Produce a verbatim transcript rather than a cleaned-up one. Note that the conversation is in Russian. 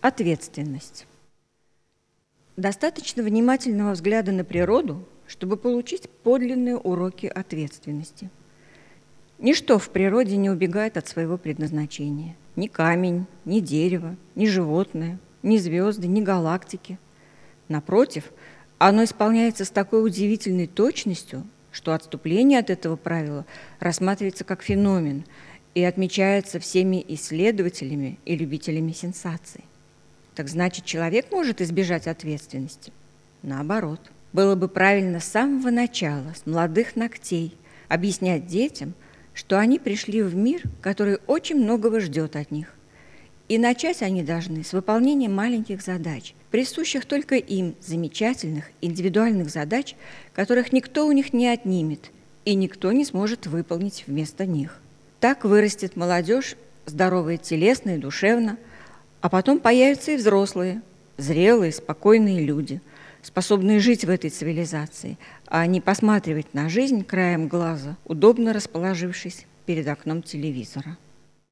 Ответственность. Достаточно внимательного взгляда на природу, чтобы получить подлинные уроки ответственности. Ничто в природе не убегает от своего предназначения. Ни камень, ни дерево, ни животное, ни звезды, ни галактики. Напротив, оно исполняется с такой удивительной точностью, что отступление от этого правила рассматривается как феномен и отмечается всеми исследователями и любителями сенсаций. Так значит, человек может избежать ответственности? Наоборот. Было бы правильно с самого начала, с молодых ногтей, объяснять детям, что они пришли в мир, который очень многого ждет от них. И начать они должны с выполнения маленьких задач, присущих только им, замечательных, индивидуальных задач, которых никто у них не отнимет и никто не сможет выполнить вместо них. Так вырастет молодежь, здоровая телесно и душевно, а потом появятся и взрослые, зрелые, спокойные люди, способные жить в этой цивилизации, а не посматривать на жизнь краем глаза, удобно расположившись перед окном телевизора.